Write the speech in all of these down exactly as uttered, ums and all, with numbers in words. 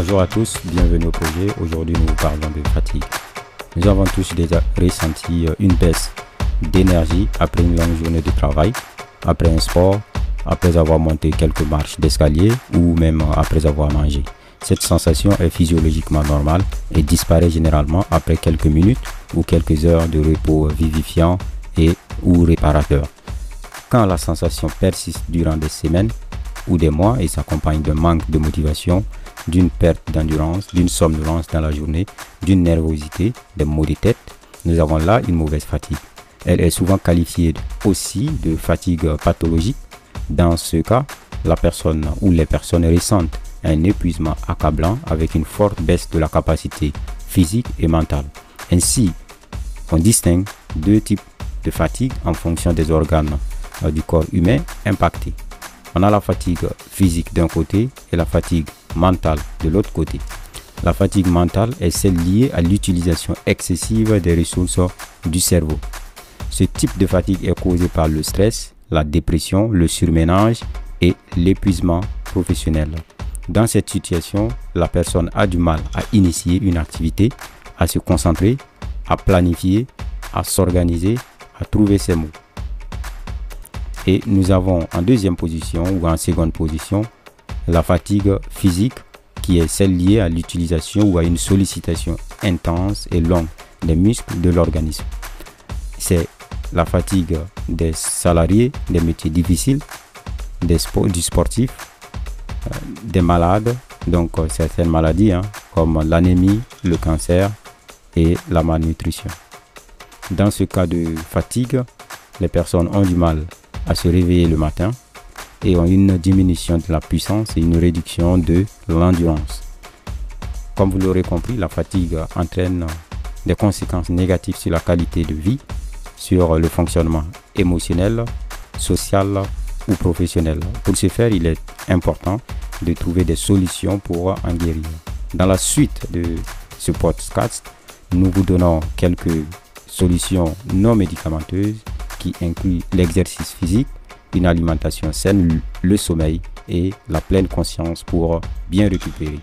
Bonjour à tous, bienvenue au projet. Aujourd'hui, nous parlons de fatigue. Nous avons tous déjà ressenti une baisse d'énergie après une longue journée de travail, après un sport, après avoir monté quelques marches d'escalier ou même après avoir mangé. Cette sensation est physiologiquement normale et disparaît généralement après quelques minutes ou quelques heures de repos vivifiant et ou réparateur. Quand la sensation persiste durant des semaines ou des mois et s'accompagne d'un manque de motivation, d'une perte d'endurance, d'une somnolence dans la journée, d'une nervosité, des maux de tête, nous avons là une mauvaise fatigue. Elle est souvent qualifiée aussi de fatigue pathologique. Dans ce cas, la personne ou les personnes ressentent un épuisement accablant avec une forte baisse de la capacité physique et mentale. Ainsi, on distingue deux types de fatigue en fonction des organes euh, du corps humain impactés. On a la fatigue physique d'un côté et la fatigue mentale de l'autre côté. La fatigue mentale est celle liée à l'utilisation excessive des ressources du cerveau. Ce type de fatigue est causé par le stress, la dépression, le surménage et l'épuisement professionnel. Dans cette situation, la personne a du mal à initier une activité, à se concentrer, à planifier, à s'organiser, à trouver ses mots. Et nous avons en deuxième position ou en seconde position la fatigue physique qui est celle liée à l'utilisation ou à une sollicitation intense et longue des muscles de l'organisme. C'est la fatigue des salariés, des métiers difficiles, des sports, du sportif, euh, des malades, donc euh, certaines maladies hein, comme l'anémie, le cancer et la malnutrition. Dans ce cas de fatigue, les personnes ont du mal à se réveiller le matin et ont une diminution de la puissance et une réduction de l'endurance. Comme vous l'aurez compris, la fatigue entraîne des conséquences négatives sur la qualité de vie, sur le fonctionnement émotionnel, social ou professionnel. Pour ce faire, il est important de trouver des solutions pour en guérir. Dans la suite de ce podcast, nous vous donnons quelques solutions non médicamenteuses qui incluent l'exercice physique, une alimentation saine, le sommeil et la pleine conscience pour bien récupérer.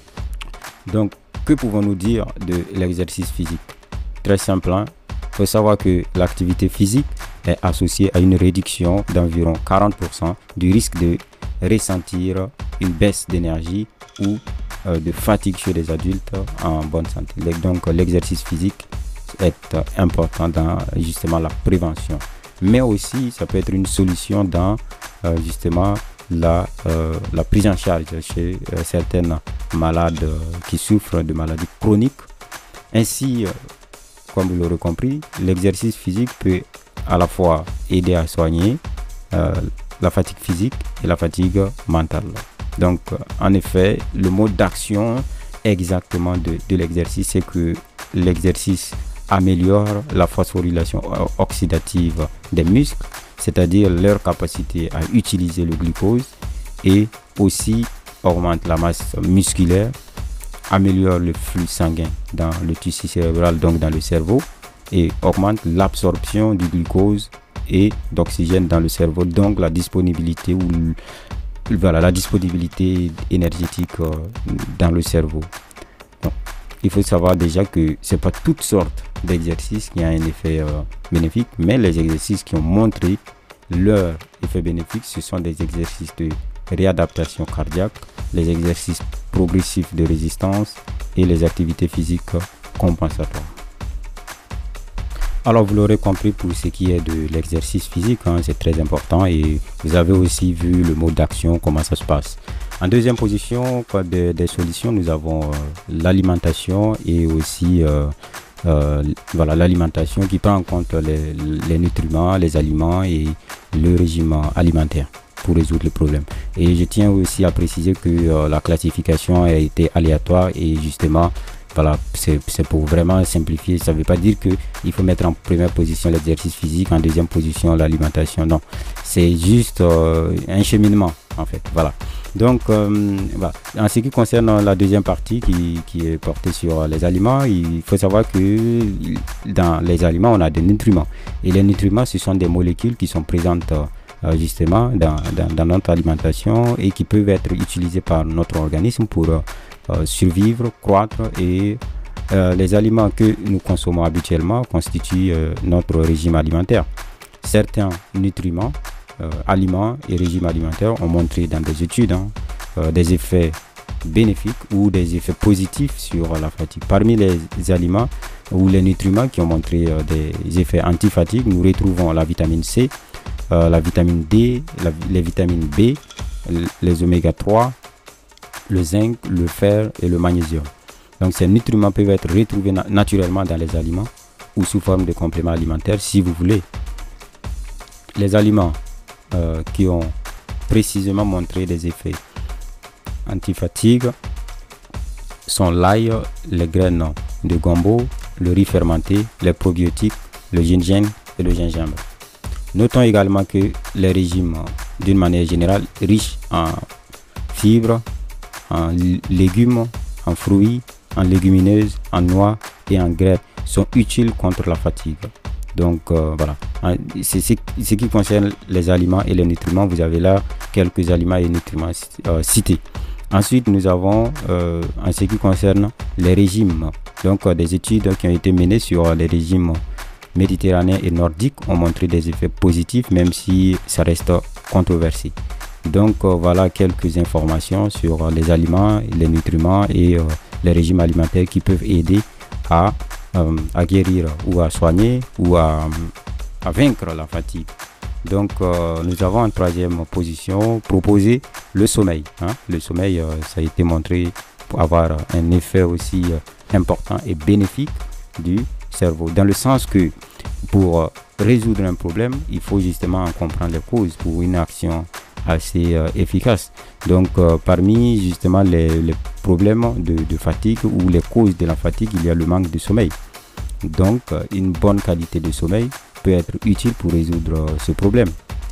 Donc, que pouvons-nous dire de l'exercice physique? Très simple, hein? Il faut savoir que l'activité physique est associée à une réduction d'environ quarante pour cent du risque de ressentir une baisse d'énergie ou euh, de fatigue chez les adultes en bonne santé. Donc, l'exercice physique est important dans justement la prévention. Mais aussi, ça peut être une solution dans euh, justement la, euh, la prise en charge chez euh, certaines malades euh, qui souffrent de maladies chroniques. Ainsi, euh, comme vous l'aurez compris, l'exercice physique peut à la fois aider à soigner euh, la fatigue physique et la fatigue mentale. Donc, euh, en effet, le mode d'action exactement de, de l'exercice, c'est que l'exercice améliore la phosphorylation oxydative des muscles, c'est-à-dire leur capacité à utiliser le glucose, et aussi augmente la masse musculaire, améliore le flux sanguin dans le tissu cérébral, donc dans le cerveau, et augmente l'absorption du glucose et d'oxygène dans le cerveau, donc la disponibilité ou voilà, la disponibilité énergétique euh, dans le cerveau. Donc, il faut savoir déjà que ce n'est pas toutes sortes d'exercices qui ont un effet euh, bénéfique, mais les exercices qui ont montré leur effet bénéfique, ce sont des exercices de réadaptation cardiaque, les exercices progressifs de résistance et les activités physiques compensatoires. Alors vous l'aurez compris, pour ce qui est de l'exercice physique, hein, c'est très important et vous avez aussi vu le mode d'action, comment ça se passe. En deuxième position, quoi, des, des solutions, nous avons euh, l'alimentation et aussi euh, euh, voilà, l'alimentation qui prend en compte les, les nutriments, les aliments et le régime alimentaire pour résoudre le problème. Et je tiens aussi à préciser que euh, la classification a été aléatoire et justement, voilà, c'est, c'est pour vraiment simplifier. Ça ne veut pas dire qu'il faut mettre en première position l'exercice physique, en deuxième position l'alimentation. Non, c'est juste euh, un cheminement en fait. Voilà. Donc, euh, voilà. En ce qui concerne la deuxième partie qui, qui est portée sur les aliments, il faut savoir que dans les aliments, on a des nutriments. Et les nutriments, ce sont des molécules qui sont présentes euh, justement dans, dans, dans notre alimentation et qui peuvent être utilisées par notre organisme pour euh, euh, survivre, croître et euh, les aliments que nous consommons habituellement constituent euh, notre régime alimentaire. Certains nutriments, euh, aliments et régimes alimentaires ont montré dans des études hein, euh, des effets bénéfiques ou des effets positifs sur la fatigue. Parmi les aliments ou les nutriments qui ont montré euh, des effets anti-fatigue, nous retrouvons la vitamine C, euh, la vitamine D, la, les vitamines B, les oméga trois, le zinc, le fer et le magnésium. Donc ces nutriments peuvent être retrouvés na naturellement dans les aliments ou sous forme de compléments alimentaires si vous voulez. Les aliments euh, qui ont précisément montré des effets anti-fatigue sont l'ail, les graines de gombo, le riz fermenté, les probiotiques, le gingembre et le gingembre. Notons également que les régimes, d'une manière générale, riches en fibres, en légumes, en fruits, en légumineuses, en noix et en graines, sont utiles contre la fatigue. Donc euh, voilà, c'est ce qui concerne les aliments et les nutriments. Vous avez là quelques aliments et nutriments euh, cités. Ensuite, nous avons, euh, en ce qui concerne les régimes, donc euh, des études qui ont été menées sur les régimes méditerranéens et nordiques ont montré des effets positifs, même si ça reste controversé. Donc euh, voilà quelques informations sur les aliments, les nutriments et euh, les régimes alimentaires qui peuvent aider à, euh, à guérir ou à soigner ou à, à vaincre la fatigue. Donc euh, nous avons en troisième position proposé le sommeil. Hein. Le sommeil, euh, ça a été montré pour avoir un effet aussi euh, important et bénéfique du cerveau. Dans le sens que pour euh, résoudre un problème, il faut justement comprendre les causes pour une action assez euh, efficace. Donc euh, parmi justement les, les problèmes de, de fatigue ou les causes de la fatigue, il y a le manque de sommeil. Donc euh, une bonne qualité de sommeil peut être utile pour résoudre euh, ce problème.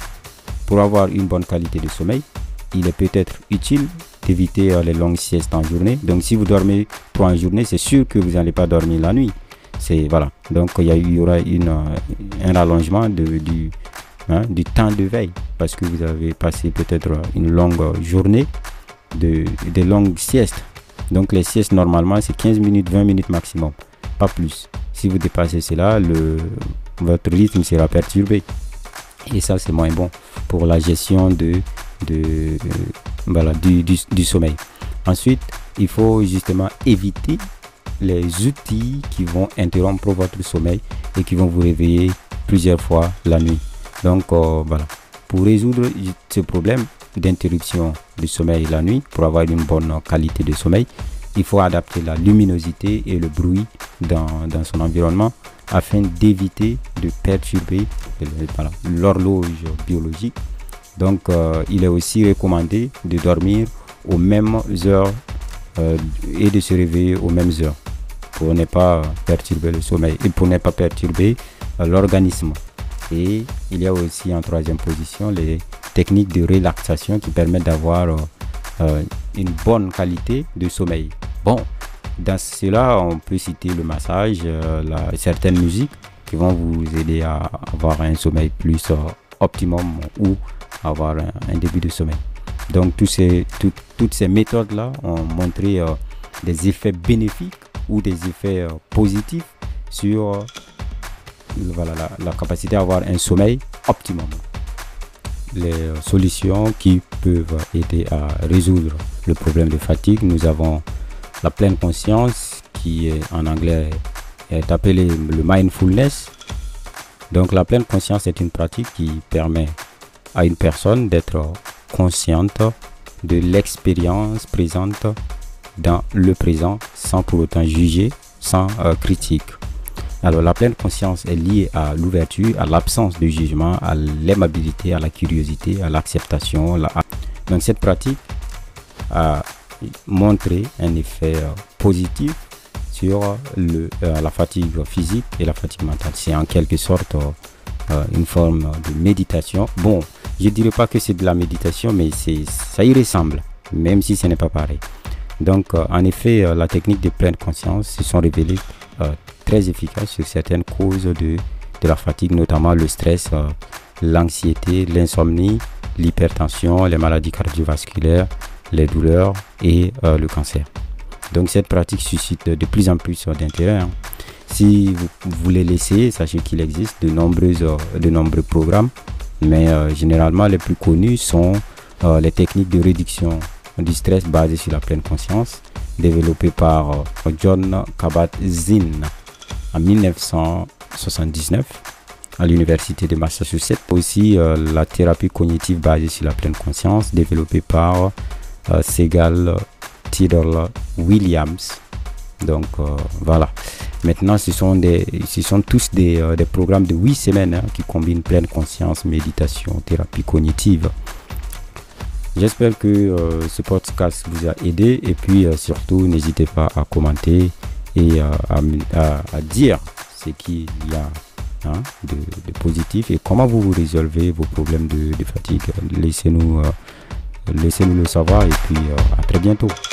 Pour avoir une bonne qualité de sommeil, il est peut-être utile d'éviter euh, les longues siestes en journée. Donc si vous dormez trop en journée, c'est sûr que vous n'allez pas dormir la nuit. C'est voilà. Donc il y, a, il y aura une, euh, un allongement de, du, hein, du temps de veille parce que vous avez passé peut-être une longue journée de, de longues siestes. Donc les siestes normalement c'est quinze minutes, vingt minutes maximum, pas plus. Si vous dépassez cela, le, votre rythme sera perturbé. Et ça, c'est moins bon pour la gestion de, de, euh, voilà, du, du, du sommeil. Ensuite, il faut justement éviter les outils qui vont interrompre votre sommeil et qui vont vous réveiller plusieurs fois la nuit. Donc, euh, voilà. Pour résoudre ce problème d'interruption du sommeil la nuit, pour avoir une bonne qualité de sommeil, il faut adapter la luminosité et le bruit dans, dans son environnement afin d'éviter de perturber voilà, l'horloge biologique. Donc, euh, il est aussi recommandé de dormir aux mêmes heures euh, et de se réveiller aux mêmes heures pour ne pas perturber le sommeil et pour ne pas perturber euh, l'organisme. Et il y a aussi en troisième position les techniques de relaxation qui permettent d'avoir euh, euh, une bonne qualité de sommeil. Bon, dans cela, on peut citer le massage, euh, la, certaines musiques qui vont vous aider à avoir un sommeil plus euh, optimum ou avoir un, un début de sommeil. Donc, tous ces, tout, toutes ces méthodes-là ont montré euh, des effets bénéfiques ou des effets euh, positifs sur euh, voilà, la, la capacité à avoir un sommeil optimum. Les euh, solutions qui peuvent aider à résoudre le problème de fatigue, nous avons la pleine conscience qui est, en anglais est appelée le mindfulness. Donc la pleine conscience est une pratique qui permet à une personne d'être consciente de l'expérience présente dans le présent sans pour autant juger, sans euh, critique. Alors la pleine conscience est liée à l'ouverture, à l'absence de jugement, à l'aimabilité, à la curiosité, à l'acceptation. La... Donc cette pratique a montré un effet euh, positif sur le, euh, la fatigue physique et la fatigue mentale. C'est en quelque sorte euh, une forme de méditation. Bon, je ne dirais pas que c'est de la méditation, mais ça y ressemble, même si ce n'est pas pareil. Donc, euh, en effet, euh, la technique de pleine conscience se sont révélées euh, très efficaces sur certaines causes de, de la fatigue, notamment le stress, euh, l'anxiété, l'insomnie, l'hypertension, les maladies cardiovasculaires, les douleurs et euh, le cancer. Donc cette pratique suscite de plus en plus d'intérêt. Hein. Si vous voulez l'essayer, sachez qu'il existe de, nombreuses, de nombreux programmes, mais euh, généralement les plus connus sont euh, les techniques de réduction du stress basées sur la pleine conscience, développées par euh, John Kabat-Zinn en mille neuf cent soixante-dix-neuf à l'université de Massachusetts. Aussi euh, la thérapie cognitive basée sur la pleine conscience, développée par euh, Segal Tidal Williams. Donc euh, voilà. Maintenant, ce sont, des, ce sont tous des, euh, des programmes de huit semaines hein, qui combinent pleine conscience, méditation, thérapie cognitive. J'espère que euh, ce podcast vous a aidé et puis euh, surtout, n'hésitez pas à commenter et euh, à, à, à dire ce qu'il y a hein, de, de positif et comment vous, vous résolvez vos problèmes de, de fatigue. Laissez-nous euh, laissez-nous le savoir et puis euh, à très bientôt.